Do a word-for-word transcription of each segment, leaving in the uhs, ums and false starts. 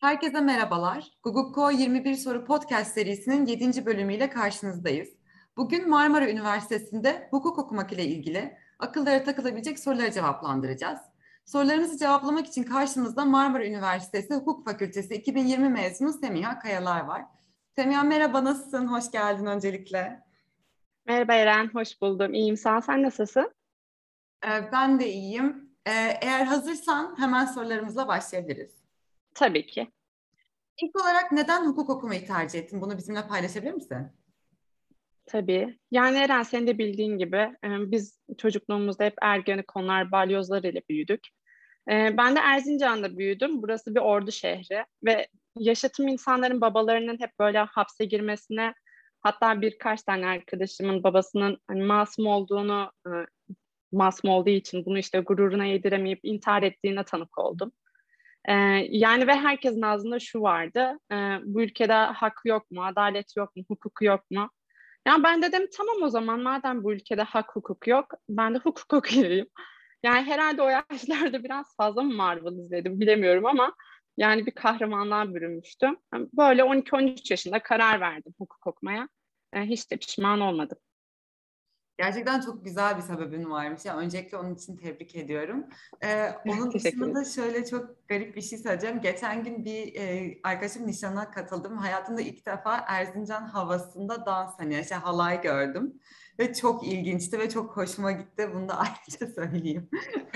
Herkese merhabalar. Gugukko yirmi bir Soru Podcast serisinin yedinci bölümüyle karşınızdayız. Bugün Marmara Üniversitesi'nde hukuk okumak ile ilgili akıllara takılabilecek soruları cevaplandıracağız. Sorularımızı cevaplamak için karşımızda Marmara Üniversitesi Hukuk Fakültesi iki bin yirmi mezunu Semiha Kayalar var. Semiha merhaba, nasılsın? Hoş geldin öncelikle. Merhaba Eren, hoş buldum. İyiyim, sağ ol. Sen nasılsın? Ee, ben de iyiyim. Ee, eğer hazırsan hemen sorularımızla başlayabiliriz. Tabii ki. İlk olarak neden hukuk okumayı tercih ettin? Bunu bizimle paylaşabilir misin? Tabii. Yani Eren, senin de bildiğin gibi e, biz çocukluğumuzda hep Ergenekonlar, balyozlar ile büyüdük. E, Ben de Erzincan'da büyüdüm. Burası bir ordu şehri ve yaşadığım insanların babalarının hep böyle hapse girmesine, hatta birkaç tane arkadaşımın babasının hani masum olduğunu, e, masum olduğu için bunu işte gururuna yediremeyip intihar ettiğine tanık oldum. Ee, Yani ve herkesin ağzında şu vardı: e, bu ülkede hak yok mu, adalet yok mu, hukuk yok mu? Yani ben dedim tamam, o zaman madem bu ülkede hak hukuk yok, ben de hukuk okuyayım. Yani herhalde o yaşlarda biraz fazla mı Marvel izledim bilemiyorum ama yani bir kahramanlığa bürünmüştüm. Böyle on iki on üç yaşında karar verdim hukuk okumaya. E, hiç de pişman olmadım. Gerçekten çok güzel bir sebebin varmış. Yani öncelikle onun için tebrik ediyorum. Ee, onun Teşekkür dışında ederim. da şöyle çok garip bir şey söyleyeceğim. Geçen gün bir e, arkadaşım nişana katıldım. Hayatımda ilk defa Erzincan havasında dans, hani işte halay gördüm. Ve çok ilginçti ve çok hoşuma gitti. Bunu da ayrıca söyleyeyim.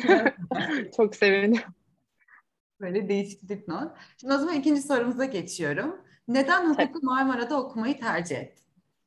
Çok sevindim. Böyle değişik bir dipnot. Şimdi o zaman ikinci sorumuza geçiyorum. Neden Tabii. hukuku Marmara'da okumayı tercih ettin?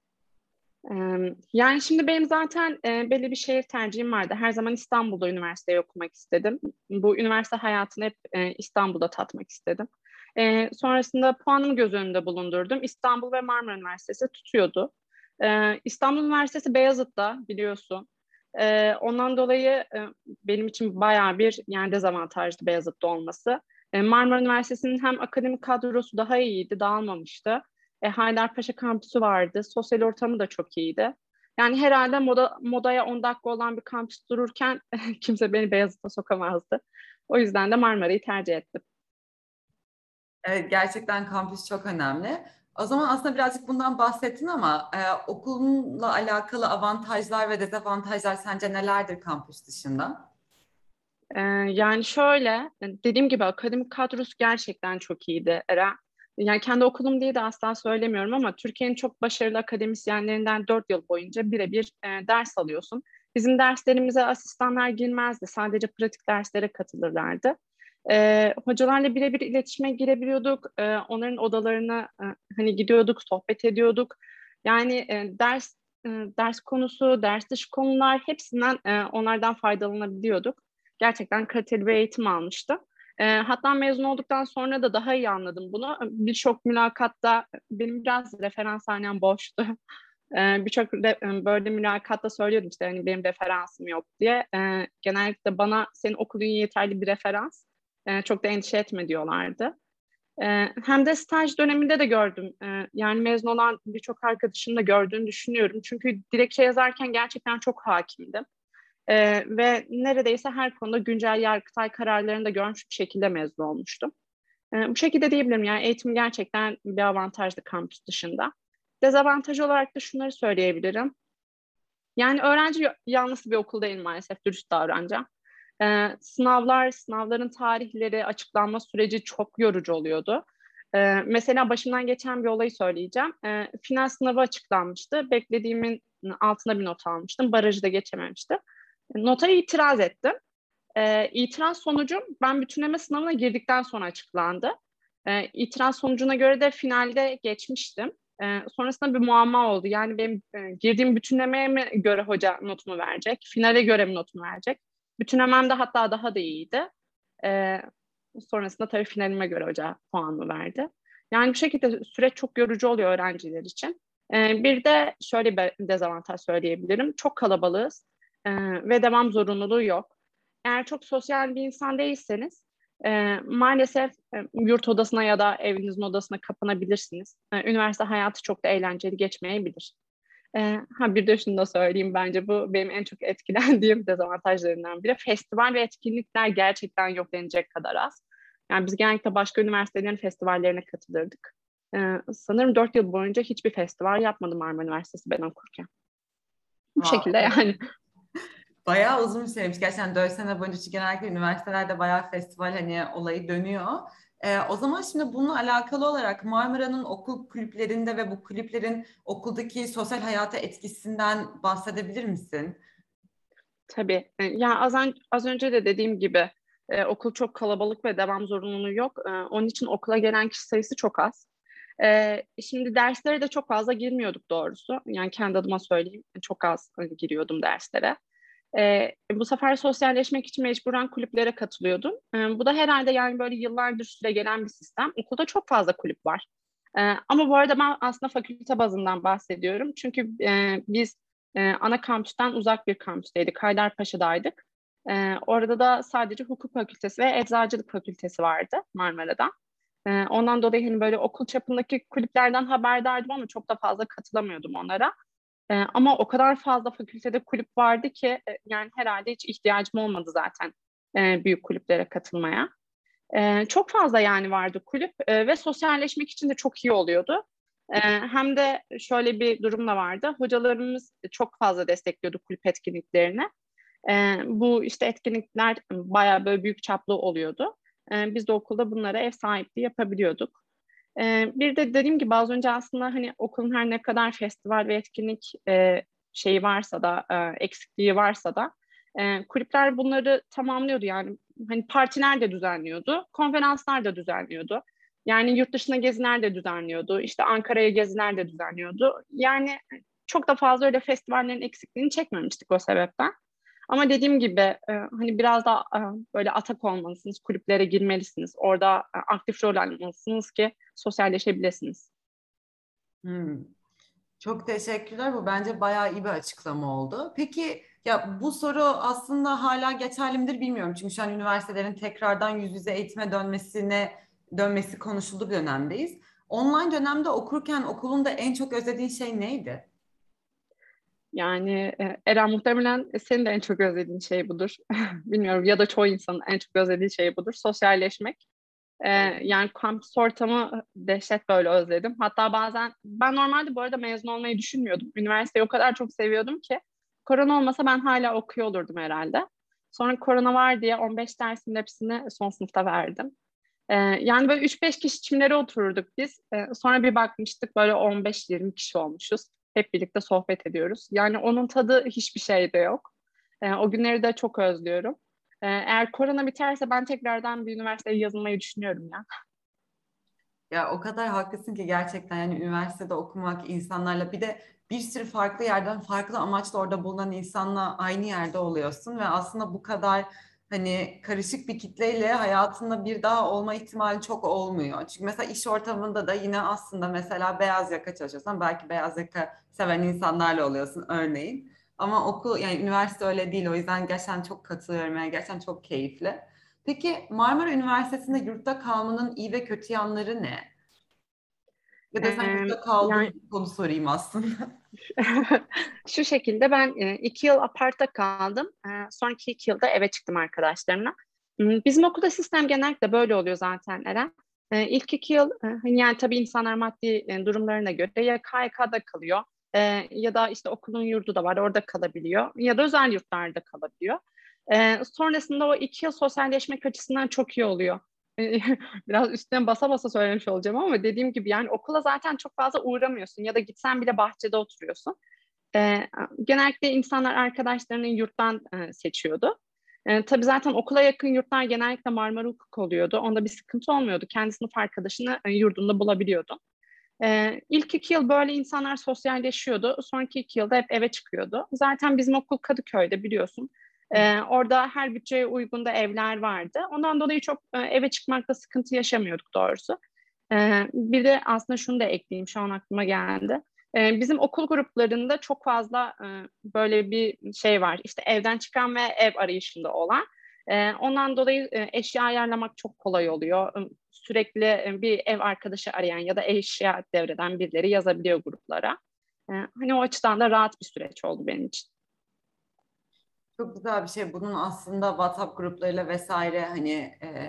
Ee, Yani şimdi benim zaten e, belli bir şehir tercihim vardı. Her zaman İstanbul'da üniversiteyi okumak istedim. Bu üniversite hayatını hep e, İstanbul'da tatmak istedim. E, sonrasında puanımı göz önünde bulundurdum. İstanbul ve Marmara Üniversitesi tutuyordu. E, İstanbul Üniversitesi Beyazıt'ta, biliyorsun. E, ondan dolayı e, benim için bayağı bir yani dezavantajlı Beyazıt'ta olması. E, Marmara Üniversitesi'nin hem akademik kadrosu daha iyiydi, dağılmamıştı. E, Haydarpaşa kampüsü vardı. Sosyal ortamı da çok iyiydi. Yani herhalde moda, modaya on dakika olan bir kampüs dururken kimse beni Beyazıt'a sokamazdı. O yüzden de Marmara'yı tercih ettim. Evet, gerçekten kampüs çok önemli. O zaman aslında birazcık bundan bahsettin ama e, okulunla alakalı avantajlar ve dezavantajlar sence nelerdir kampüs dışında? Ee, Yani şöyle, dediğim gibi akademik kadrosu gerçekten çok iyiydi Eren. Yani kendi okulum diye de asla söylemiyorum ama Türkiye'nin çok başarılı akademisyenlerinden dört yıl boyunca birebir e, ders alıyorsun. Bizim derslerimize asistanlar girmezdi. Sadece pratik derslere katılırlardı. Ee, hocalarla birebir iletişime girebiliyorduk. Ee, onların odalarına e, hani gidiyorduk, sohbet ediyorduk. Yani e, ders e, ders konusu, ders dışı konular hepsinden e, onlardan faydalanabiliyorduk. Gerçekten kaliteli bir eğitim almıştım. E, hatta mezun olduktan sonra da daha iyi anladım bunu. Birçok mülakatta benim biraz referanshane boştu. E, Birçok re- e, böyle mülakatta söylüyordum işte hani benim referansım yok diye. E, genellikle bana senin okulun yeterli bir referans. E, çok da endişe etme diyorlardı. E, Hem de staj döneminde de gördüm. E, yani mezun olan birçok arkadaşım da gördüğünü düşünüyorum. Çünkü dilekçe yazarken gerçekten çok hakimdim. Ee, ve neredeyse her konuda güncel Yargıtay kararlarını da görmüş bir şekilde mezun olmuştum. Ee, bu şekilde diyebilirim, yani eğitim gerçekten bir avantajlı kampüs dışında. Dezavantaj olarak da şunları söyleyebilirim. Yani öğrenci yanlısı bir okul değil maalesef, dürüst davranacağım. Ee, sınavlar, sınavların tarihleri, açıklanma süreci çok yorucu oluyordu. Ee, mesela başımdan geçen bir olayı söyleyeceğim. Ee, final sınavı açıklanmıştı. Beklediğimin altında bir not almıştım. Barajı da geçememiştim. Nota itiraz ettim. Ee, itiraz sonucum ben bütünleme sınavına girdikten sonra açıklandı. Ee, itiraz sonucuna göre de finalde geçmiştim. Ee, sonrasında bir muamma oldu. Yani benim e, girdiğim bütünlemeye mi göre hoca notumu verecek, finale göre mi notumu verecek? Bütünlemem de hatta daha da iyiydi. Ee, Sonrasında tabii finalime göre hoca puanımı verdi. Yani bu şekilde süreç çok yorucu oluyor öğrenciler için. Ee, bir de şöyle bir dezavantaj söyleyebilirim. Çok kalabalığız e, ve devam zorunluluğu yok. Eğer çok sosyal bir insan değilseniz e, maalesef e, yurt odasına ya da evinizin odasına kapanabilirsiniz. E, üniversite hayatı çok da eğlenceli geçmeyebilir. E, ha bir de şunu da söyleyeyim, bence bu benim en çok etkilendiğim dezavantajlarından biri. Festival ve etkinlikler gerçekten yok denecek kadar az. Yani biz genellikle başka üniversitelerin festivallerine katılırdık. Ee, sanırım dört yıl boyunca hiçbir festival yapmadı Marmara Üniversitesi ben okurken. Bu Wow, şekilde yani. bayağı uzun bir süreymiş. Gerçekten dört sene boyunca, çünkü genellikle üniversitelerde bayağı festival hani olayı dönüyor. Ee, o zaman şimdi bununla alakalı olarak Marmara'nın okul kulüplerinde ve bu kulüplerin okuldaki sosyal hayata etkisinden bahsedebilir misin? Tabii. E, Ya az, ön- az önce de dediğim gibi e, okul çok kalabalık ve devam zorunluluğu yok. E, onun için okula gelen kişi sayısı çok az. E, şimdi derslere de çok fazla girmiyorduk doğrusu. Yani kendi adıma söyleyeyim. Çok az e, giriyordum derslere. E, bu sefer sosyalleşmek için mecburen kulüplere katılıyordum. E, bu da herhalde yani böyle yıllardır süre gelen bir sistem. Okulda çok fazla kulüp var. E, ama bu arada ben aslında fakülte bazından bahsediyorum. Çünkü e, biz e, ana kampüsten uzak bir kampüsteydik. Haydarpaşa'daydık. E, orada da sadece hukuk fakültesi ve eczacılık fakültesi vardı Marmara'da. E, ondan dolayı hani böyle okul çapındaki kulüplerden haberdardım ama çok da fazla katılamıyordum onlara. E, ama o kadar fazla fakültede kulüp vardı ki e, yani herhalde hiç ihtiyacım olmadı zaten e, büyük kulüplere katılmaya. E, çok fazla yani vardı kulüp e, ve sosyalleşmek için de çok iyi oluyordu. E, hem de şöyle bir durum da vardı. Hocalarımız çok fazla destekliyordu kulüp etkinliklerini. E, bu işte etkinlikler bayağı böyle büyük çaplı oluyordu. E, biz de okulda bunlara ev sahipliği yapabiliyorduk. E, bir de dediğim gibi az önce aslında hani okulun her ne kadar festival ve etkinlik e, şeyi varsa da e, eksikliği varsa da e, kulüpler bunları tamamlıyordu yani hani partiler de düzenliyordu, konferanslar da düzenliyordu. Yani yurt dışına geziler de düzenliyordu, işte Ankara'ya geziler de düzenliyordu. Yani çok da fazla öyle festivallerin eksikliğini çekmemiştik o sebepten. Ama dediğim gibi e, hani biraz daha e, böyle atak olmalısınız, kulüplere girmelisiniz. Orada e, aktif rol almalısınız ki sosyalleşebilirsiniz. Hmm. Çok teşekkürler. Bu bence bayağı iyi bir açıklama oldu. Peki ya, bu soru aslında hala geçerli midir bilmiyorum. Çünkü şu an üniversitelerin tekrardan yüz yüze eğitime dönmesine dönmesi konuşulduğu bir dönemdeyiz. Online dönemde okurken okulunda en çok özlediğin şey neydi? Yani e, Eren muhtemelen senin de en çok özlediğin şey budur. Bilmiyorum ya da çoğu insanın en çok özlediği şey budur. Sosyalleşmek. E, Yani kampüs ortamı dehşet böyle özledim. Hatta bazen ben normalde bu arada mezun olmayı düşünmüyordum. Üniversiteyi o kadar çok seviyordum ki korona olmasa ben hala okuyor olurdum herhalde. Sonra korona var diye on beş dersin hepsini son sınıfta verdim. E, yani böyle üç beş kişi çimlere otururduk biz. E, sonra bir bakmıştık böyle on beş yirmi kişi olmuşuz. Hep birlikte sohbet ediyoruz. Yani onun tadı hiçbir şeyde yok. E, o günleri de çok özlüyorum. E, eğer korona biterse ben tekrardan bir üniversiteye yazılmayı düşünüyorum ya. Ya o kadar haklısın ki, gerçekten yani üniversitede okumak, insanlarla bir de bir sürü farklı yerden farklı amaçla orada bulunan insanla aynı yerde oluyorsun ve aslında bu kadar hani karışık bir kitleyle hayatında bir daha olma ihtimali çok olmuyor. Çünkü mesela iş ortamında da yine aslında mesela beyaz yaka çalışıyorsan belki beyaz yaka seven insanlarla oluyorsun örneğin. Ama okul, yani üniversite öyle değil, o yüzden gerçekten çok katılıyorum, yani gerçekten çok keyifli. Peki Marmara Üniversitesi'nde yurtta kalmanın iyi ve kötü yanları ne? Ya da sen E, yurtta kaldığın yani konu sorayım aslında. şu şekilde ben e, iki yıl aparta kaldım. E, sonraki iki yılda eve çıktım arkadaşlarımla. Hmm, Bizim okulda sistem genellikle böyle oluyor zaten Eren. E, ilk iki yıl e, hani yani tabii insanlar maddi e, durumlarına göre ya K Y K'da kalıyor e, ya da işte okulun yurdu da var orada kalabiliyor ya da özel yurtlarda kalabiliyor. E, sonrasında o iki yıl sosyalleşmek açısından çok iyi oluyor. E, Biraz üstüne basa basa söylemiş olacağım ama dediğim gibi yani okula zaten çok fazla uğramıyorsun ya da gitsen bile bahçede oturuyorsun. Ee, Genellikle insanlar arkadaşlarını yurttan e, seçiyordu. E, tabii zaten okula yakın yurtlar genellikle Marmara Hukuk oluyordu. Onda bir sıkıntı olmuyordu. Kendi sınıf arkadaşını e, yurdunda bulabiliyordu. E, ilk iki yıl böyle insanlar sosyalleşiyordu. Sonraki iki yılda hep eve çıkıyordu. Zaten bizim okul Kadıköy'de biliyorsun. E, orada her bütçeye uygun da evler vardı. Ondan dolayı çok e, eve çıkmakta sıkıntı yaşamıyorduk doğrusu. E, bir de aslında şunu da ekleyeyim şu an aklıma geldi. E, bizim okul gruplarında çok fazla e, böyle bir şey var. İşte evden çıkan ve ev arayışında olan. E, ondan dolayı e, eşya ayarlamak çok kolay oluyor. E, Sürekli e, bir ev arkadaşı arayan ya da eşya devreden birileri yazabiliyor gruplara. E, hani o açıdan da rahat bir süreç oldu benim için. Çok güzel bir şey. Bunun aslında WhatsApp gruplarıyla vesaire hani e,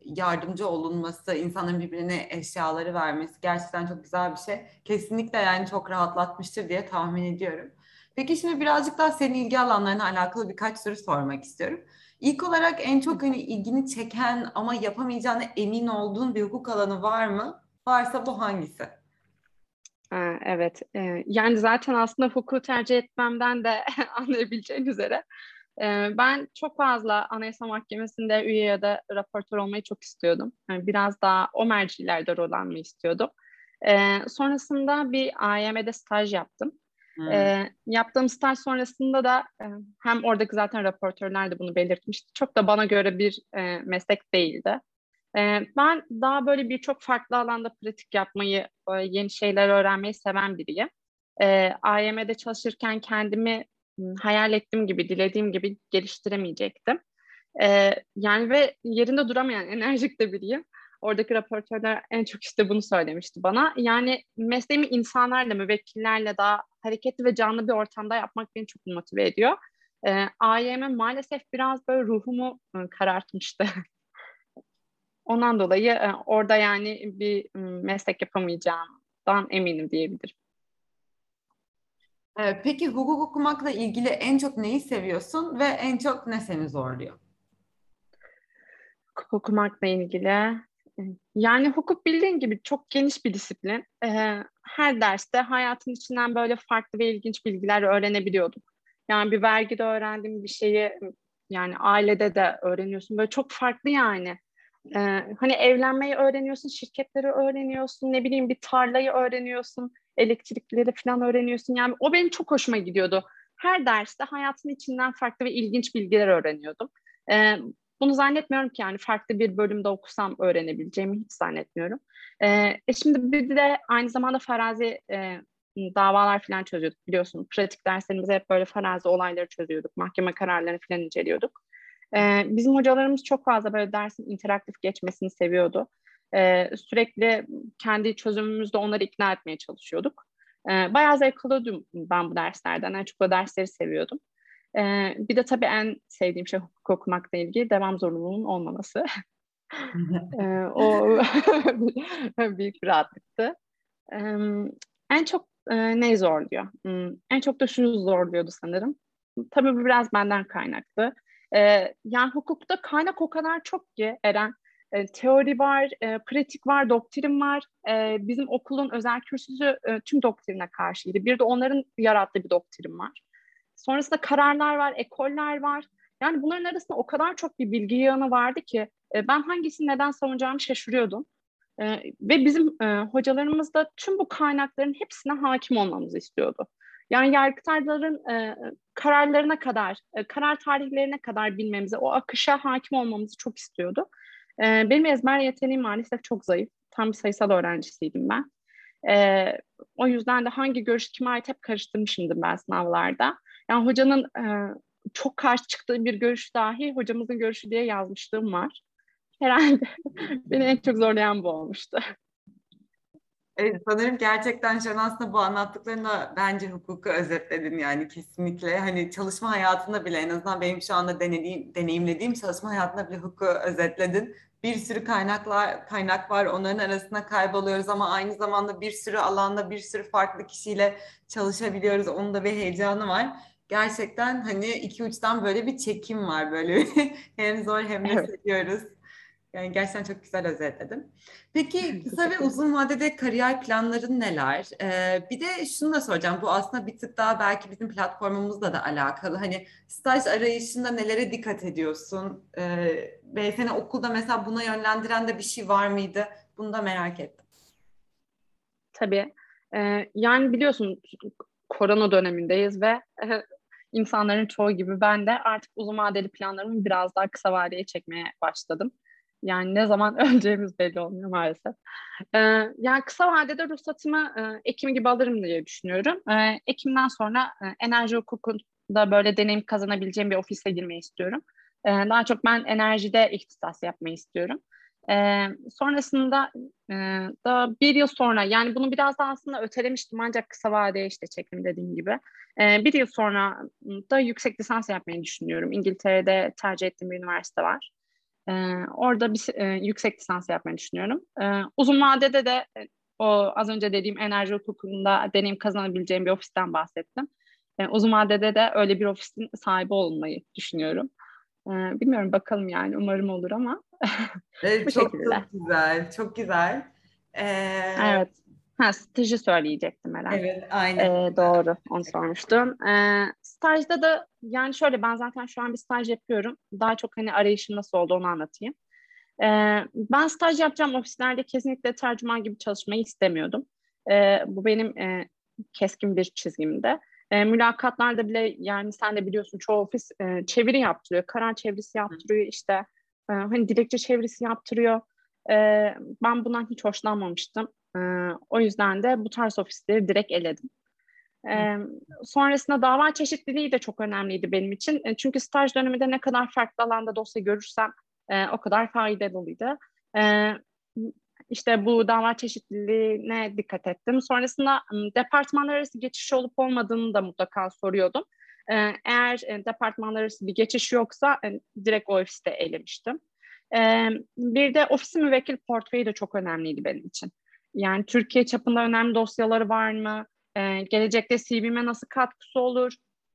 yardımcı olunması, insanların birbirine eşyaları vermesi gerçekten çok güzel bir şey. Kesinlikle yani çok rahatlatmıştır diye tahmin ediyorum. Peki şimdi birazcık daha senin ilgi alanlarına alakalı birkaç soru sormak istiyorum. İlk olarak en çok hani ilgini çeken ama yapamayacağına emin olduğun bir hukuk alanı var mı? Varsa bu hangisi? Ha, evet. Ee, yani zaten aslında hukuku tercih etmemden de anlayabileceğin üzere e, ben çok fazla Anayasa Mahkemesi'nde üye ya da raportör olmayı çok istiyordum. Yani biraz daha o mercilerde rol almayı istiyordum. Ee, sonrasında bir A Y M'de staj yaptım. Hmm. Ee, yaptığım staj sonrasında da e, hem oradaki zaten raportörler de bunu belirtmişti. Çok da bana göre bir e, meslek değildi. Ee, ben daha böyle birçok farklı alanda pratik yapmayı, e, yeni şeyler öğrenmeyi seven biriyim. Ee, A Y M'de çalışırken kendimi m, hayal ettiğim gibi, dilediğim gibi geliştiremeyecektim. Ee, yani ve yerinde duramayan enerjik de biriyim. Oradaki raportörler en çok işte bunu söylemişti bana. Yani mesleğimi insanlarla, müvekkillerle daha hareketli ve canlı bir ortamda yapmak beni çok motive ediyor. Ee, A Y M maalesef biraz böyle ruhumu e, karartmıştı. Ondan dolayı e, orada yani bir m, meslek yapamayacağımdan eminim diyebilirim. Ee, peki hukuk okumakla ilgili en çok neyi seviyorsun ve en çok ne seni zorluyor? Hukuk okumakla ilgili. e, Yani hukuk bildiğin gibi çok geniş bir disiplin. E, her derste hayatın içinden böyle farklı ve ilginç bilgiler öğrenebiliyorduk. Yani bir vergide öğrendiğim bir şeyi yani ailede de öğreniyorsun. Böyle çok farklı yani. E, Hani evlenmeyi öğreniyorsun, şirketleri öğreniyorsun, ne bileyim bir tarlayı öğreniyorsun, elektrikleri falan öğreniyorsun. Yani o benim çok hoşuma gidiyordu. Her derste hayatın içinden farklı ve ilginç bilgiler öğreniyordum. E, Bunu zannetmiyorum ki yani farklı bir bölümde okusam öğrenebileceğimi hiç zannetmiyorum. Ee, e şimdi bir de aynı zamanda farazi e, davalar falan çözüyorduk biliyorsun. Pratik derslerimizde hep böyle farazi olayları çözüyorduk. Mahkeme kararlarını falan inceliyorduk. Ee, bizim hocalarımız çok fazla böyle dersin interaktif geçmesini seviyordu. Ee, sürekli kendi çözümümüzde onları ikna etmeye çalışıyorduk. Ee, bayağı zevk alıyordum ben bu derslerden. En çok o dersleri seviyordum. Ee, bir de tabii en sevdiğim şey hukuk okumakla ilgili devam zorunluluğunun olmaması. Ee, o büyük bir rahatlıktı. Ee, En çok e, neyi zorluyor? Hmm, en çok da şunu zorluyordu sanırım. Tabii bu biraz benden kaynaklı. Ee, yani hukukta kaynak o kadar çok ki Eren. E, teori var, e, pratik var, doktrin var. E, bizim okulun özel kürsüsü e, tüm doktrine karşıydı. Bir de onların yarattığı bir doktrin var. Sonrasında kararlar var, ekoller var. Yani bunların arasında o kadar çok bir bilgi yığını vardı ki e, ben hangisini neden savunacağımı şaşırıyordum. E, Ve bizim e, hocalarımız da tüm bu kaynakların hepsine hakim olmamızı istiyordu. Yani yargıtayların e, kararlarına kadar, e, karar tarihlerine kadar bilmemizi, o akışa hakim olmamızı çok istiyordu. E, benim ezber yeteneğim maalesef çok zayıf. Tam bir sayısal öğrencisiydim ben. E, O yüzden de hangi görüş kime ait hep karıştırmışımdır ben sınavlarda. Yani hocanın e, çok karşı çıktığı bir görüş dahi hocamızın görüşü diye yazmışlığım var. Herhalde beni en çok zorlayan bu olmuştu. Evet, sanırım gerçekten şu an aslında bu anlattıklarına bence hukuku özetledin yani kesinlikle. Hani çalışma hayatında bile en azından benim şu anda denediğim, deneyimlediğim çalışma hayatında bile hukuku özetledin. Bir sürü kaynaklar kaynak var. Onların arasında kayboluyoruz ama aynı zamanda bir sürü alanda bir sürü farklı kişiyle çalışabiliyoruz. Onun da bir heyecanı var. Gerçekten hani iki uçtan böyle bir çekim var böyle bir hem zor hem de Evet, seviyoruz. Yani gerçekten çok güzel özetledin. Peki kısa ve teşekkür ederim. uzun vadede kariyer planların neler? Ee, bir de şunu da soracağım. Bu aslında bir tık daha belki bizim platformumuzla da alakalı. Hani staj arayışında nelere dikkat ediyorsun? Ee, ve seni okulda mesela buna yönlendiren de bir şey var mıydı? Bunu da merak ettim. Tabii. Ee, yani biliyorsun korona dönemindeyiz ve e, insanların çoğu gibi ben de artık uzun vadeli planlarımı biraz daha kısa vadeye çekmeye başladım. Yani ne zaman öleceğimiz belli olmuyor maalesef. Ee, Yani kısa vadede ruhsatımı e, Ekim gibi alırım diye düşünüyorum. Ee, Ekim'den sonra e, enerji hukukunda böyle deneyim kazanabileceğim bir ofise girmeyi istiyorum. Ee, daha çok ben enerjide ihtisas yapmayı istiyorum. Ee, sonrasında e, da bir yıl sonra yani bunu biraz daha aslında ötelemiştim ancak kısa vadeye işte çektim dediğim gibi. Ee, bir yıl sonra da yüksek lisans yapmayı düşünüyorum. İngiltere'de tercih ettiğim bir üniversite var. E, orada bir e, yüksek lisans yapmayı düşünüyorum. E, uzun vadede de e, o az önce dediğim enerji hukukunda deneyim kazanabileceğim bir ofisten bahsettim. E, uzun vadede de öyle bir ofisin sahibi olmayı düşünüyorum. E, bilmiyorum bakalım yani umarım olur ama Evet, bu çok şekilde. çok güzel, çok güzel. Ee, Evet. Ha, stajı söyleyecektim Eren. evet, aynen. Ee, doğru, onu sormuştum. Ee, stajda da yani şöyle ben zaten şu an bir staj yapıyorum. Daha çok hani arayışım nasıl oldu onu anlatayım. Ee, ben staj yapacağım ofislerde kesinlikle tercüman gibi çalışmayı istemiyordum. Ee, bu benim e, keskin bir çizgimde. E, mülakatlarda bile yani sen de biliyorsun çoğu ofis e, çeviri yaptırıyor. Karar çevirisi yaptırıyor işte. E, hani dilekçe çevirisi yaptırıyor. E, ben bundan hiç hoşlanmamıştım. E, o yüzden de bu tarz ofisleri direkt eledim. Hı. E, sonrasında dava çeşitliliği de çok önemliydi benim için. E, çünkü staj döneminde ne kadar farklı alanda dosya görürsem e, o kadar faydalıydı. E, işte bu dava çeşitliliğine dikkat ettim. Sonrasında m, departmanlar arası geçiş olup olmadığını da mutlaka soruyordum. E, eğer e, departmanlar arası bir geçiş yoksa e, direkt o ofiste elemiştim. E, bir de ofisi müvekkil portföyü de çok önemliydi benim için. Yani Türkiye çapında önemli dosyaları var mı? Ee, gelecekte C V'me nasıl katkısı olur?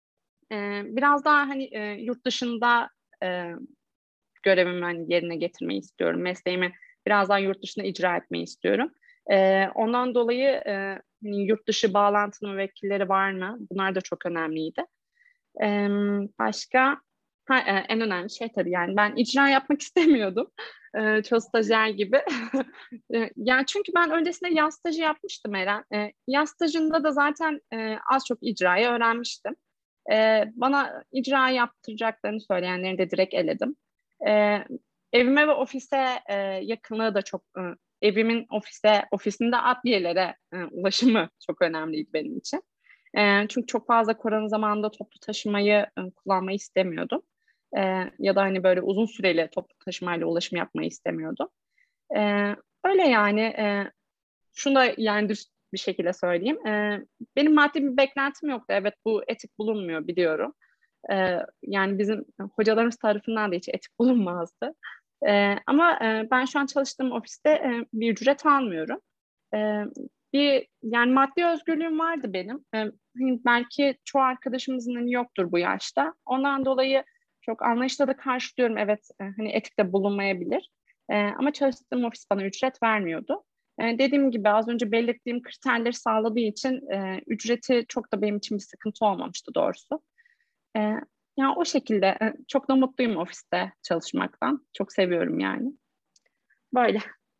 Ee, biraz daha hani e, yurt dışında e, görevimi hani yerine getirmeyi istiyorum. Mesleğimi biraz daha yurt dışında icra etmeyi istiyorum. Ee, ondan dolayı e, hani yurt dışı bağlantılı müvekkilleri var mı? Bunlar da çok önemliydi. Ee, başka ha, e, en önemli şey tabii yani ben icra yapmak istemiyordum. Ee, çoğu stajyer gibi. Ee, yani çünkü ben öncesinde yaz stajı yapmıştım Eren. Ee, yaz stajında da zaten e, az çok icrayı öğrenmiştim. Ee, bana icra yaptıracaklarını söyleyenleri de direkt eledim. Ee, evime ve ofise e, yakınlığı da çok e, evimin ofise ofisinde adliyelere e, ulaşımı çok önemliydi benim için. E, çünkü çok fazla korona zamanında toplu taşımayı e, kullanmayı istemiyordum. E, ya da hani böyle uzun süreli toplu taşımayla ulaşım yapmayı istemiyordum. E, öyle yani e, şunu da yani dürüst bir şekilde söyleyeyim. E, benim maddi bir beklentim yoktu. Evet bu etik bulunmuyor biliyorum. E, yani bizim hocalarımız tarafından da hiç etik bulunmazdı. E, ama e, ben şu an çalıştığım ofiste e, bir ücret almıyorum. E, bir yani maddi özgürlüğüm vardı benim. E, hani belki çoğu arkadaşımızın hani yoktur bu yaşta. Ondan dolayı çok anlayışla da karşılıyorum. Evet, e, hani etikte bulunmayabilir. E, ama çalıştığım ofis bana ücret vermiyordu. E, dediğim gibi az önce belirttiğim kriterleri sağladığı için e, ücreti çok da benim için bir sıkıntı olmamıştı doğrusu. E, yani o şekilde e, çok da mutluyum ofiste çalışmaktan. Çok seviyorum yani. Böyle.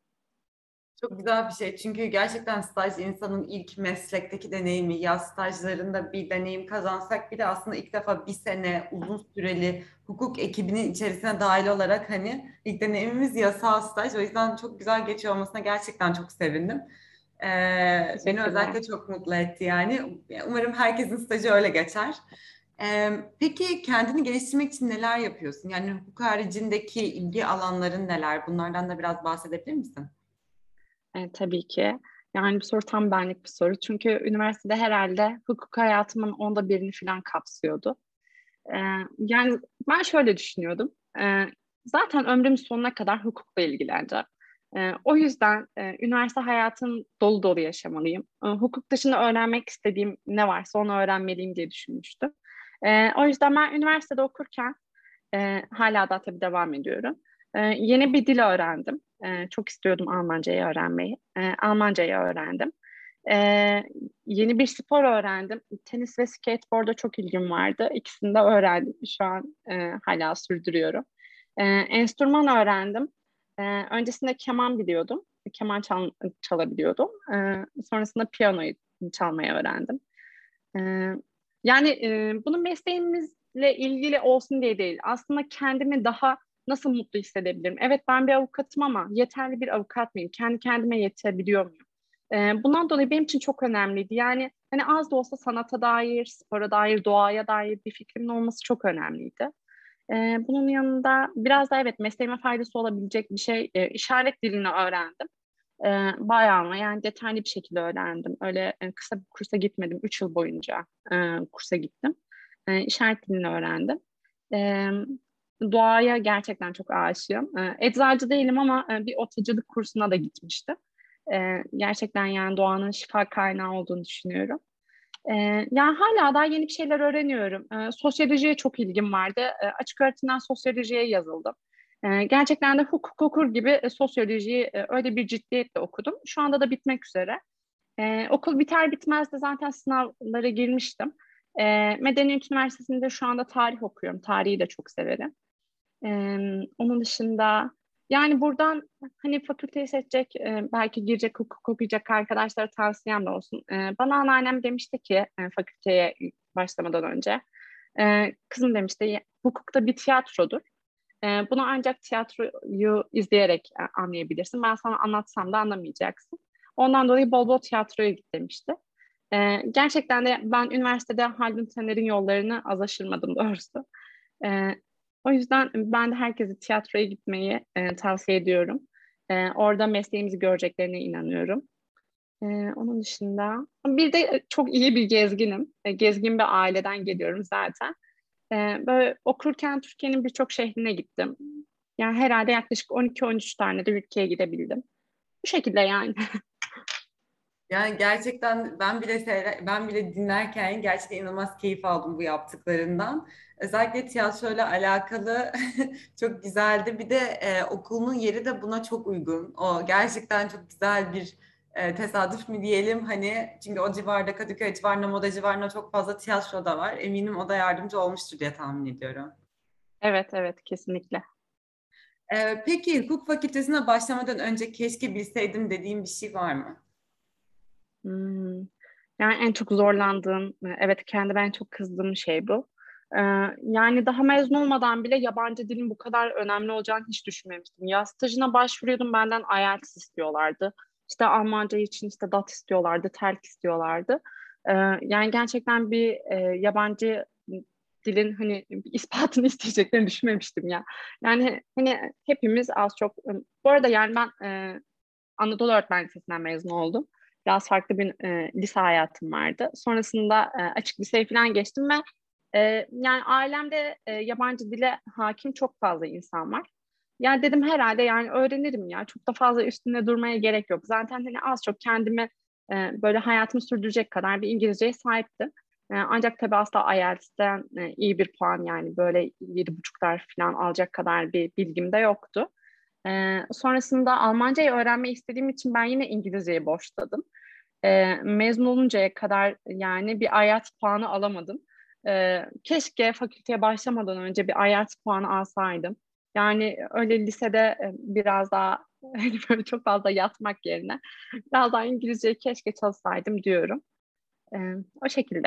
Çok güzel bir şey çünkü gerçekten staj insanın ilk meslekteki deneyimi, yaz stajlarında bir deneyim kazansak bile aslında ilk defa bir sene uzun süreli hukuk ekibinin içerisine dahil olarak hani ilk deneyimimiz yasal staj. O yüzden çok güzel geçiyor olmasına gerçekten çok sevindim. Ee, beni Teşekkürler. özellikle çok mutlu etti yani. Umarım herkesin stajı öyle geçer. Ee, peki kendini geliştirmek için neler yapıyorsun? Yani hukuk haricindeki ilgi alanların neler? Bunlardan da biraz bahsedebilir misin? E, tabii ki. Yani bu soru tam benlik bir soru. Çünkü üniversitede herhalde hukuk hayatımın onda birini falan kapsıyordu. E, yani ben şöyle düşünüyordum. E, zaten ömrümün sonuna kadar hukukla ilgileneceğim. E, o yüzden e, üniversite hayatını dolu dolu yaşamalıyım. E, hukuk dışında öğrenmek istediğim ne varsa onu öğrenmeliyim diye düşünmüştüm. E, o yüzden ben üniversitede okurken e, hala da tabii devam ediyorum. E, yeni bir dil öğrendim. E, çok istiyordum Almancayı öğrenmeyi. E, Almancayı öğrendim. E, yeni bir spor öğrendim. Tenis ve skateboard'a çok ilgim vardı. İkisini de öğrendim. Şu an e, hala sürdürüyorum. E, enstrüman öğrendim. E, öncesinde keman biliyordum. Keman çal çalabiliyordum. E, sonrasında piyanoyu çalmayı öğrendim. E, yani e, bunun mesleğimizle ilgili olsun diye değil. Aslında kendimi daha nasıl mutlu hissedebilirim? Evet ben bir avukatım ama yeterli bir avukat mıyım? Kendi kendime yetebiliyor muyum? E, bundan dolayı benim için çok önemliydi. Yani hani az da olsa sanata dair, spora dair, doğaya dair bir fikrimin olması çok önemliydi. E, bunun yanında biraz da evet mesleğime faydası olabilecek bir şey, e, işaret dilini öğrendim. E, bayağı ama yani detaylı bir şekilde öğrendim. Öyle e, kısa bir kursa gitmedim. Üç yıl boyunca e, kursa gittim. E, işaret dilini öğrendim. E, doğaya gerçekten çok aşığım. E, eczacı değilim ama e, bir otacılık kursuna da gitmiştim. E, gerçekten yani doğanın şifa kaynağı olduğunu düşünüyorum. E, yani hala daha yeni bir şeyler öğreniyorum. E, sosyolojiye çok ilgim vardı. E, açık öğretimden sosyolojiye yazıldım. E, gerçekten de hukuk okur gibi e, sosyolojiyi e, öyle bir ciddiyetle okudum. Şu anda da bitmek üzere. E, okul biter bitmez de zaten sınavlara girmiştim. E, Medeniyet Üniversitesi'nde şu anda tarih okuyorum. Tarihi de çok severim. E, Onun dışında yani buradan hani fakülteyi seçecek, e, belki girecek, hukuk okuyacak arkadaşlara tavsiyem de olsun. E, bana anneannem demişti ki e, fakülteye başlamadan önce, e, kızım demişti, hukukta bir tiyatrodur. E, bunu ancak tiyatroyu izleyerek e, anlayabilirsin. Ben sana anlatsam da anlamayacaksın. Ondan dolayı bol bol tiyatroya git demişti. E, gerçekten de ben üniversitede Haldun Taner'in yollarını az aşırmadım doğrusu. E, O yüzden ben de herkese tiyatroya gitmeyi e, tavsiye ediyorum. E, orada mesleğimizi göreceklerine inanıyorum. E, Onun dışında bir de çok iyi bir gezginim. E, gezgin bir aileden geliyorum zaten. Ee, böyle okurken Türkiye'nin birçok şehrine gittim. Yani herhalde yaklaşık on iki on üç tane de ülkeye gidebildim. Bu şekilde yani. Yani gerçekten ben bile seyre- ben bile dinlerken gerçekten inanılmaz keyif aldım bu yaptıklarından. Özellikle tiyatroyla alakalı çok güzeldi. Bir de e, okulun yeri de buna çok uygun. O gerçekten çok güzel bir e, tesadüf mü diyelim hani çünkü o civarda Kadıköy civarında, Moda civarında çok fazla tiyatro da var. Eminim o da yardımcı olmuştur diye tahmin ediyorum. Evet, evet, kesinlikle. E, peki hukuk fakültesine başlamadan önce keşke bilseydim dediğim bir şey var mı? Hmm. Yani en çok zorlandığım, evet kendi ben çok kızdığım şey bu. Ee, Yani daha mezun olmadan bile yabancı dilin bu kadar önemli olacağını hiç düşünmemiştim. Yaz stajına başvuruyordum, benden I E L T S istiyorlardı. İşte Almanca için işte D A T istiyorlardı, TELK istiyorlardı. Ee, Yani gerçekten bir e, yabancı dilin hani bir ispatını isteyeceklerini düşünmemiştim ya. Yani hani hepimiz az çok, bu arada yani ben e, Anadolu Öğretmen Lisesi'nden mezun oldum. Biraz farklı bir e, lise hayatım vardı. Sonrasında e, açık liseye falan geçtim ve e, yani ailemde e, yabancı dile hakim çok fazla insan var. Yani dedim herhalde yani öğrenirim ya. Çok da fazla üstünde durmaya gerek yok. Zaten hani az çok kendimi e, böyle hayatımı sürdürecek kadar bir İngilizceye sahiptim. E, ancak tabii asla I E L T S'ten e, iyi bir puan yani böyle yedi buçuklar falan alacak kadar bir bilgim de yoktu. Ee, sonrasında Almancayı öğrenmeyi istediğim için ben yine İngilizceyi boşladım. Ee, mezun oluncaya kadar yani bir I E L T S puanı alamadım. Ee, keşke fakülteye başlamadan önce bir I E L T S puanı alsaydım. Yani öyle lisede e, biraz daha hani böyle çok fazla yatmak yerine biraz daha İngilizceyi keşke çalışsaydım diyorum. Ee, O şekilde.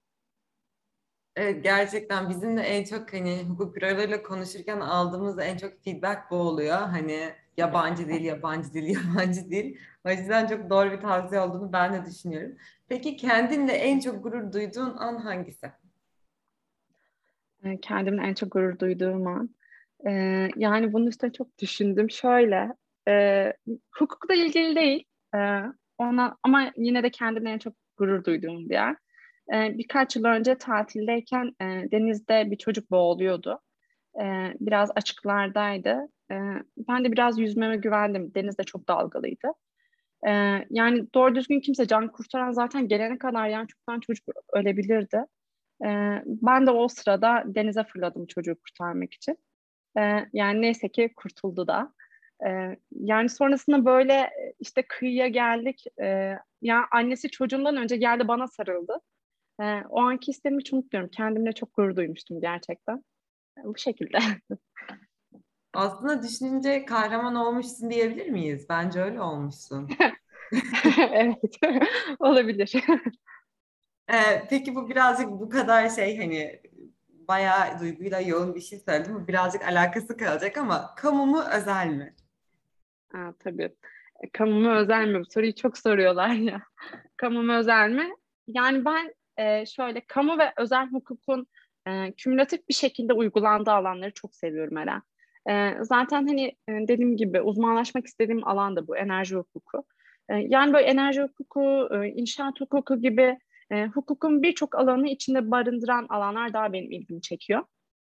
Evet, gerçekten bizim de en çok hani hukuk bürolarıyla konuşurken aldığımız en çok feedback bu oluyor. Hani yabancı dil, yabancı dil, yabancı dil. O yüzden çok doğru bir tavsiye olduğunu ben de düşünüyorum. Peki kendinle en çok gurur duyduğun an hangisi? Ee, Kendimle en çok gurur duyduğum an. Ee, yani bunun üstüne çok düşündüm. Şöyle, e, hukukla ilgili değil, e, ona ama yine de kendimle en çok gurur duyduğum bir yer. E, birkaç yıl önce tatildeyken e, denizde bir çocuk boğuluyordu. E, Biraz açıklardaydı. E, Ben de biraz yüzmeme güvendim. Deniz de çok dalgalıydı. E, Yani doğru düzgün kimse can kurtaran zaten gelene kadar yani çoktan çocuk ölebilirdi. E, Ben de o sırada denize fırladım çocuğu kurtarmak için. Ee, yani neyse ki kurtuldu da. Ee, yani sonrasında böyle e, işte kıyıya geldik. Ee, ya annesi çocuğundan önce geldi bana sarıldı. Ee, o anki hislerimi hiç unutmuyorum. Kendimle çok gurur duymuştum gerçekten. Bu şekilde. Aslında düşününce kahraman olmuşsun diyebilir miyiz? Bence öyle olmuşsun. Evet. Olabilir. Ee, peki bu birazcık bu kadar şey hani bayağı duyguyla yoğun bir şey söyledim. Bu birazcık alakası kalacak ama kamu mu özel mi? Ha, tabii. Kamu mu özel mi? Bu soruyu çok soruyorlar ya. Kamu mu özel mi? Yani ben e, şöyle kamu ve özel hukukun e, kümülatif bir şekilde uygulandığı alanları çok seviyorum Eren. E, zaten hani e, dediğim gibi uzmanlaşmak istediğim alan da bu enerji hukuku. E, yani böyle enerji hukuku, e, inşaat hukuku gibi e, hukukun birçok alanı içinde barındıran alanlar daha benim ilgimi çekiyor.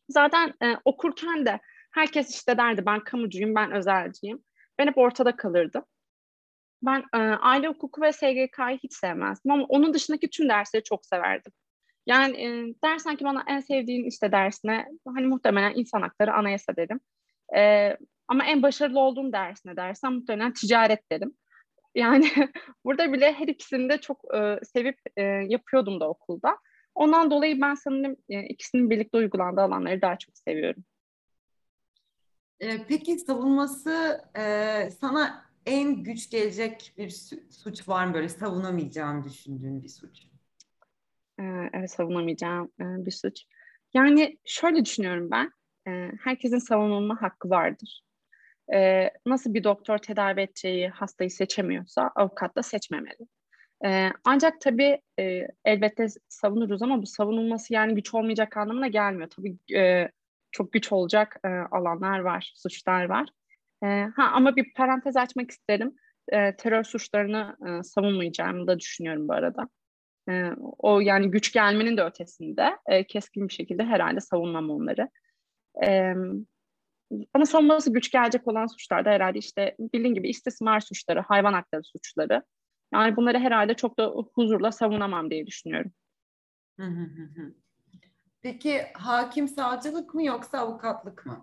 Zaten e, okurken de herkes işte derdi ben kamucuyum, ben özelciyim. Ben hep ortada kalırdım. Ben e, aile hukuku ve S G K'yı hiç sevmezdim ama onun dışındaki tüm dersleri çok severdim. Yani e, dersen ki bana en sevdiğin işte dersine hani muhtemelen insan hakları, anayasa derim. E, Ama en başarılı olduğum dersine dersen muhtemelen ticaret derim. Yani burada bile her ikisini de çok e, sevip e, yapıyordum da okulda. Ondan dolayı ben sanırım e, ikisinin birlikte uygulandığı alanları daha çok seviyorum. Ee, peki savunması e, sana en güç gelecek bir su- suç var mı, böyle savunamayacağını düşündüğün bir suç? E, evet, savunamayacağım e, bir suç. Yani şöyle düşünüyorum ben. E, herkesin savunulma hakkı vardır. E, nasıl bir doktor tedavi edeceği hastayı seçemiyorsa avukat da seçmemeli. E, ancak tabii e, elbette savunuruz ama bu savunulması yani güç olmayacak anlamına gelmiyor. Tabii e, çok güç olacak e, alanlar var, suçlar var. E, ha ama bir parantez açmak isterim. E, terör suçlarını e, savunmayacağımı da düşünüyorum bu arada. E, O yani güç gelmenin de ötesinde e, keskin bir şekilde herhalde savunmam onları. E, Ama savunması güç gelecek olan suçlar da herhalde işte bildiğin gibi istismar suçları, hayvan hakları suçları. Yani bunları herhalde çok da huzurla savunamam diye düşünüyorum. Hı hı hı hı. Peki hakim savcılık mı yoksa avukatlık mı?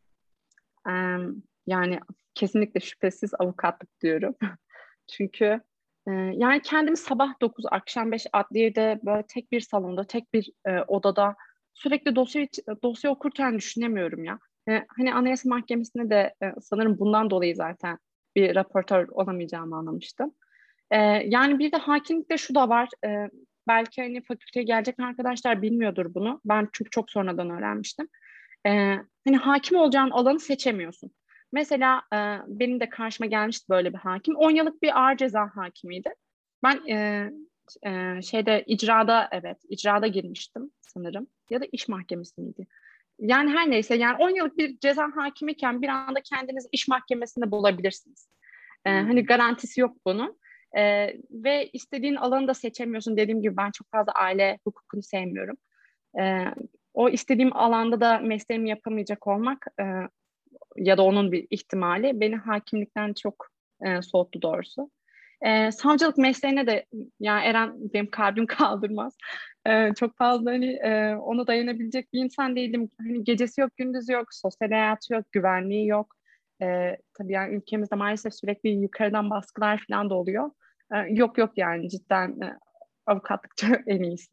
Ee, Yani kesinlikle şüphesiz avukatlık diyorum. Çünkü e, yani kendimi sabah dokuz, akşam beş adliyede böyle tek bir salonda, tek bir e, odada sürekli dosya dosya okurken düşünemiyorum ya. E, hani Anayasa Mahkemesi'ne de e, sanırım bundan dolayı zaten bir raportör olamayacağımı anlamıştım. E, Yani bir de hakimlikte şu da var. E, belki hani fakülteye gelecek arkadaşlar bilmiyordur bunu. Ben çünkü çok sonradan öğrenmiştim. E, Hani hakim olacağın alanı seçemiyorsun. Mesela e, benim de karşıma gelmişti böyle bir hakim. on yıllık bir ağır ceza hakimiydi. Ben e, e, şeyde icrada evet icrada girmiştim sanırım. Ya da iş mahkemesi miydi? Yani her neyse yani on yıllık bir ceza hakimiyken bir anda kendinizi iş mahkemesinde bulabilirsiniz. E, Hı. hani garantisi yok bunun. E, Ve istediğin alanı da seçemiyorsun. Dediğim gibi ben çok fazla aile hukukunu sevmiyorum. E, O istediğim alanda da mesleğimi yapamayacak olmak e, ya da onun bir ihtimali beni hakimlikten çok e, soğuttu doğrusu. E, savcılık mesleğine de ya Eren benim kalbim kaldırmaz. E, çok fazla hani e, ona dayanabilecek bir insan değilim. Hani gecesi yok, gündüzü yok, sosyal hayatı yok, güvenliği yok. E, tabii yani ülkemizde maalesef sürekli yukarıdan baskılar falan da oluyor. E, yok yok yani cidden e, avukatlıkça en iyisi.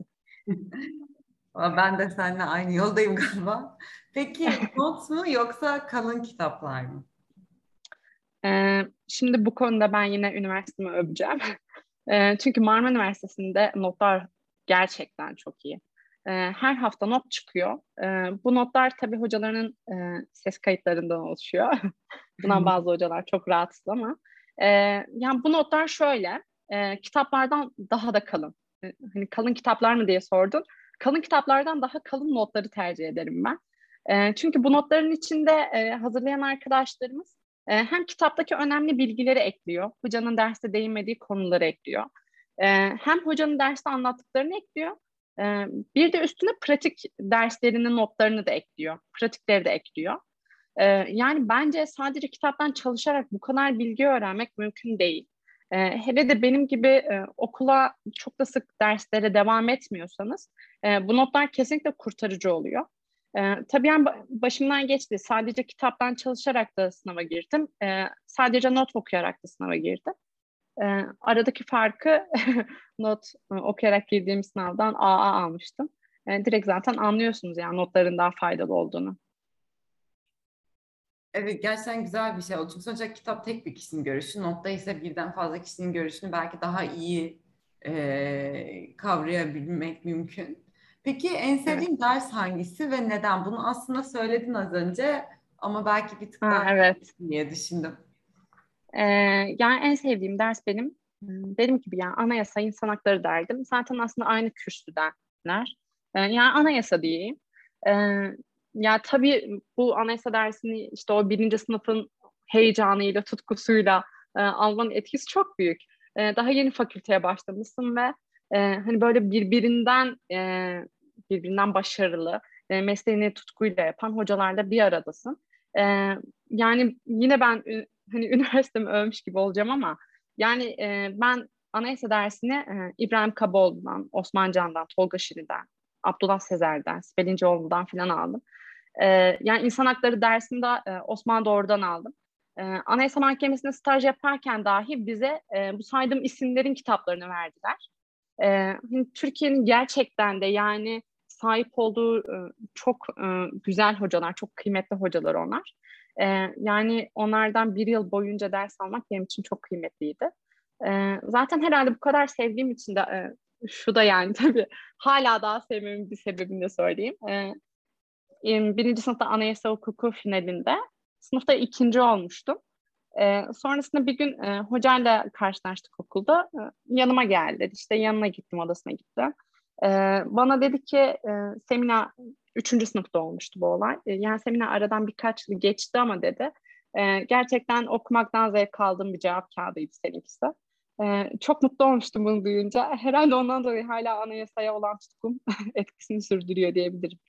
Ama ben de seninle aynı yoldayım galiba. Peki not mu yoksa kalın kitaplar mı? Ee, şimdi bu konuda ben yine üniversitemi öveceğim. Ee, çünkü Marmara Üniversitesi'nde notlar gerçekten çok iyi. Ee, her hafta not çıkıyor. Ee, bu notlar tabii hocaların e, ses kayıtlarından oluşuyor. Bundan bazı hocalar çok rahatsız ama. e, Yani bu notlar şöyle, e, kitaplardan daha da kalın. E, hani kalın kitaplar mı diye sordun. Kalın kitaplardan daha kalın notları tercih ederim ben. E, çünkü bu notların içinde e, hazırlayan arkadaşlarımız e, hem kitaptaki önemli bilgileri ekliyor, hocanın derste değinmediği konuları ekliyor. E, Hem hocanın derste anlattıklarını ekliyor, e, bir de üstüne pratik derslerinin notlarını da ekliyor, pratikleri de ekliyor. E, Yani bence sadece kitaptan çalışarak bu kadar bilgi öğrenmek mümkün değil. E, hele de benim gibi e, okula çok da sık derslere devam etmiyorsanız, e, bu notlar kesinlikle kurtarıcı oluyor. Ee, tabii yani ba- başımdan geçti. Sadece kitaptan çalışarak da sınava girdim. Ee, sadece not okuyarak da sınava girdim. Ee, aradaki farkı not e, okuyarak girdiğim sınavdan A A almıştım. Ee, direkt zaten anlıyorsunuz yani notların daha faydalı olduğunu. Evet, gerçekten güzel bir şey oldu. Çünkü sonuçta kitap tek bir kişinin görüşü, notta ise birden fazla kişinin görüşünü belki daha iyi e, kavrayabilmek mümkün. Peki en Evet. sevdiğin ders hangisi ve neden? Bunu aslında söyledin az önce ama belki bir tık Ha, daha evet. diye düşündüm. Ee, Yani en sevdiğim ders benim hmm, dediğim gibi yani anayasa, insan hakları derdim. Zaten aslında aynı kürsüdenler. Ee, yani anayasa diyeyim. Ee, Ya tabii bu anayasa dersini işte o birinci sınıfın heyecanıyla, tutkusuyla e, almanın etkisi çok büyük. Ee, daha yeni fakülteye başlamışsın ve e, hani böyle birbirinden e, birbirinden başarılı, e, mesleğini tutkuyla yapan hocalarla bir aradasın. E, yani yine ben ü- hani üniversitemi övmüş gibi olacağım ama yani e, ben anayasa dersini e, İbrahim Kaboğlu'dan, Osman Can'dan, Tolga Şirin'den, Abdullah Sezer'den, Sibel İnceoğlu'ndan falan aldım. E, yani insan hakları dersini de e, Osman Doğru'dan aldım. E, Anayasa Mahkemesi'nde staj yaparken dahi bize e, bu saydığım isimlerin kitaplarını verdiler. E, hani Türkiye'nin gerçekten de yani sahip olduğu e, çok e, güzel hocalar, çok kıymetli hocalar onlar. E, yani onlardan bir yıl boyunca ders almak benim için çok kıymetliydi. E, zaten herhalde bu kadar sevdiğim için de e, şu da yani tabii hala daha sevmemin bir sebebini de söyleyeyim. E, birinci sınıfta anayasa hukuku finalinde sınıfta ikinci olmuştum. Ee, sonrasında bir gün e, hocayla karşılaştık okulda. Ee, yanıma geldi. İşte yanına gittim, odasına gittim. Ee, bana dedi ki e, Semina, üçüncü sınıfta olmuştu bu olay. Ee, yani Semina aradan birkaç yıl geçti ama dedi. "E, gerçekten okumaktan zevk aldığım bir cevap kağıdıydı seninkisi." Ee, çok mutlu olmuştum bunu duyunca. Herhalde ondan dolayı hala anayasaya olan tutkum etkisini sürdürüyor diyebilirim.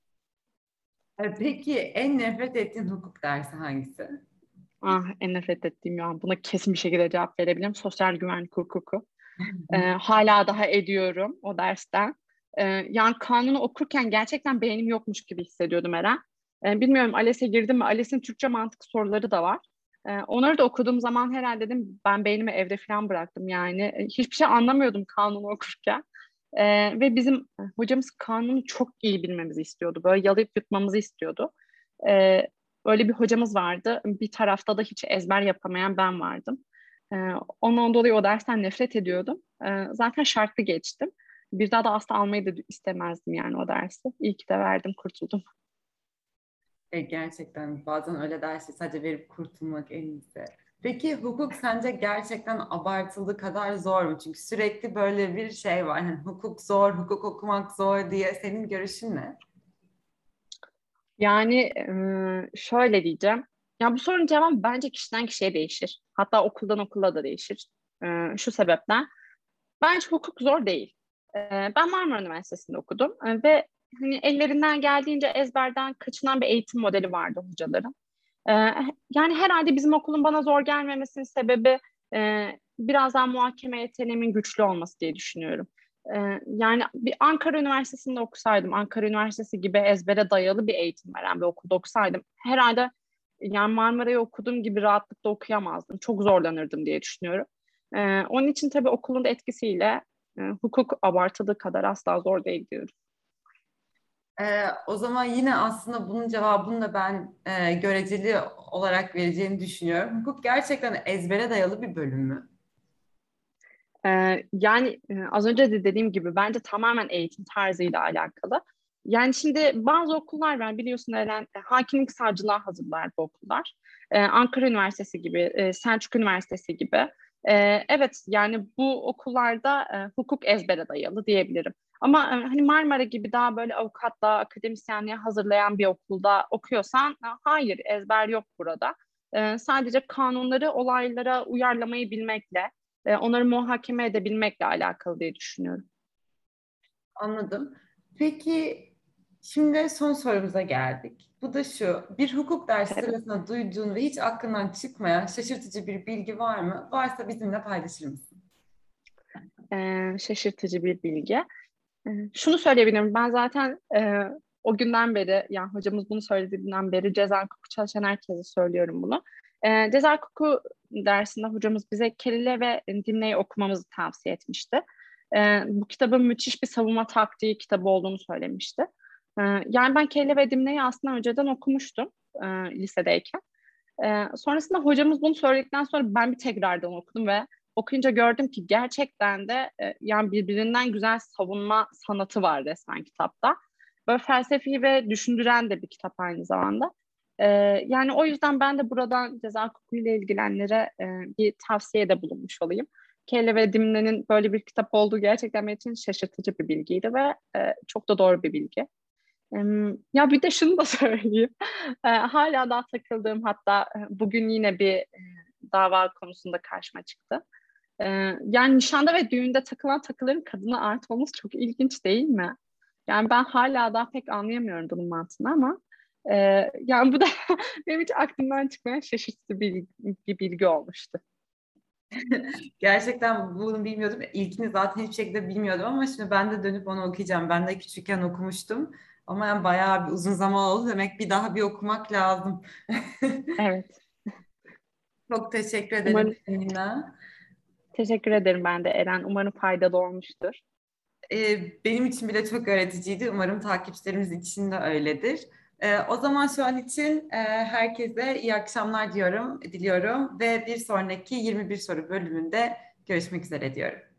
E, Peki en nefret ettiğin hukuk dersi hangisi? Ah, en nefret ettiğim ya. Buna kesin bir şekilde cevap verebilirim. Sosyal güvenlik hukuku. Ee, hala daha ediyorum o dersten. Ee, yani kanunu okurken gerçekten beynim yokmuş gibi hissediyordum Eren. Ee, bilmiyorum ALES'e girdim mi? ALES'in Türkçe mantık soruları da var. Ee, onları da okuduğum zaman herhalde dedim ben beynimi evde falan bıraktım yani. Ee, Hiçbir şey anlamıyordum kanunu okurken. Ee, ve bizim e, hocamız kanunu çok iyi bilmemizi istiyordu. Böyle yalayıp yutmamızı istiyordu. Ee, öyle bir hocamız vardı. Bir tarafta da hiç ezber yapamayan ben vardım. Ee, ondan dolayı o dersten nefret ediyordum. Ee, zaten şartlı geçtim. Bir daha da asla almayı da istemezdim yani o dersi. İyi ki de verdim, kurtuldum. E, gerçekten bazen öyle dersleri sadece verip kurtulmak en iyisi. Peki hukuk sence gerçekten abartıldığı kadar zor mu? Çünkü sürekli böyle bir şey var. Hani hukuk zor, hukuk okumak zor diye. Senin görüşün ne? Yani e, şöyle diyeceğim. Ya bu sorunun cevabı bence kişiden kişiye değişir. Hatta okuldan okula da değişir. E, şu sebepten. Bence hukuk zor değil. E, ben Marmara Üniversitesi'nde okudum. E, ve hani ellerinden geldiğince ezberden kaçınan bir eğitim modeli vardı hocaların. Ee, yani herhalde bizim okulun bana zor gelmemesinin sebebi e, biraz daha muhakeme yeteneğimin güçlü olması diye düşünüyorum. Ee, yani bir Ankara Üniversitesi'nde okusaydım, Ankara Üniversitesi gibi ezbere dayalı bir eğitim veren bir okulda okusaydım, herhalde yani Marmara'yı okuduğum gibi rahatlıkla okuyamazdım. Çok zorlanırdım diye düşünüyorum. Ee, onun için tabii okulun da etkisiyle e, hukuk abartıldığı kadar asla zor değil diyorum. E, o zaman yine aslında bunun cevabını da ben e, göreceli olarak vereceğini düşünüyorum. Hukuk gerçekten ezbere dayalı bir bölüm mü? Ee, yani e, az önce de dediğim gibi bence tamamen eğitim tarzıyla alakalı. Yani şimdi bazı okullar var biliyorsun Eren, e, hakimlik savcılığa hazırlar bu okullar. Ee, Ankara Üniversitesi gibi, e, Selçuk Üniversitesi gibi. Ee, evet yani bu okullarda e, hukuk ezbere dayalı diyebilirim. Ama e, hani Marmara gibi daha böyle avukatla, akademisyenliğe hazırlayan bir okulda okuyorsan e, hayır ezber yok burada. E, sadece kanunları olaylara uyarlamayı bilmekle, e, onları muhakeme edebilmekle alakalı diye düşünüyorum. Anladım. Peki şimdi son sorumuza geldik. Bu da şu. Bir hukuk dersi Tabii. sırasında duyduğun ve hiç aklından çıkmayan şaşırtıcı bir bilgi var mı? Varsa bizimle paylaşır mısın? E, şaşırtıcı bir bilgi. E, şunu söyleyebilirim. Ben zaten e, o günden beri, yani hocamız bunu söylediğinden beri ceza hukuku çalışan herkese söylüyorum bunu. E, ceza hukuku dersinde hocamız bize Kelle ve Dimne'yi okumamızı tavsiye etmişti. E, bu kitabın müthiş bir savunma taktiği kitabı olduğunu söylemişti. E, yani ben Kelle ve Dimne'yi aslında önceden okumuştum e, lisedeyken. Ee, sonrasında hocamız bunu söyledikten sonra ben bir tekrardan okudum ve okuyunca gördüm ki gerçekten de e, yani birbirinden güzel savunma sanatı var resmen kitapta. Böyle felsefi ve düşündüren de bir kitap aynı zamanda. Ee, yani o yüzden ben de buradan ceza hukukuyla ilgilenenlere e, bir tavsiyede bulunmuş olayım. Kelle ve Dimne'nin böyle bir kitap olduğu gerçekten benim için şaşırtıcı bir bilgiydi ve e, çok da doğru bir bilgi. Em, Ya bir de şunu da söyleyeyim. E, hala daha takıldığım, hatta e, bugün yine bir e, dava konusunda karşıma çıktı. E, yani nişanda ve düğünde takılan takıların kadına ait olması çok ilginç değil mi? Yani ben hala daha pek anlayamıyorum bunun mantığını ama e, yani bu da benim hiç aklımdan çıkmayan şaşırtıcı bir, bir bilgi olmuştu. Gerçekten bunu bilmiyordum. İlkini zaten hiçbir şekilde bilmiyordum ama şimdi ben de dönüp onu okuyacağım. Ben de küçükken okumuştum. Ama yani bayağı bir uzun zaman oldu. Demek bir daha bir okumak lazım. Evet. Çok teşekkür ederim Umarım Nina. teşekkür ederim ben de Eren. Umarım faydalı olmuştur. Ee, benim için bile çok öğreticiydi. Umarım takipçilerimiz için de öyledir. Ee, o zaman şu an için e, herkese iyi akşamlar diyorum, diliyorum ve bir sonraki yirmi bir soru bölümünde görüşmek üzere diyorum.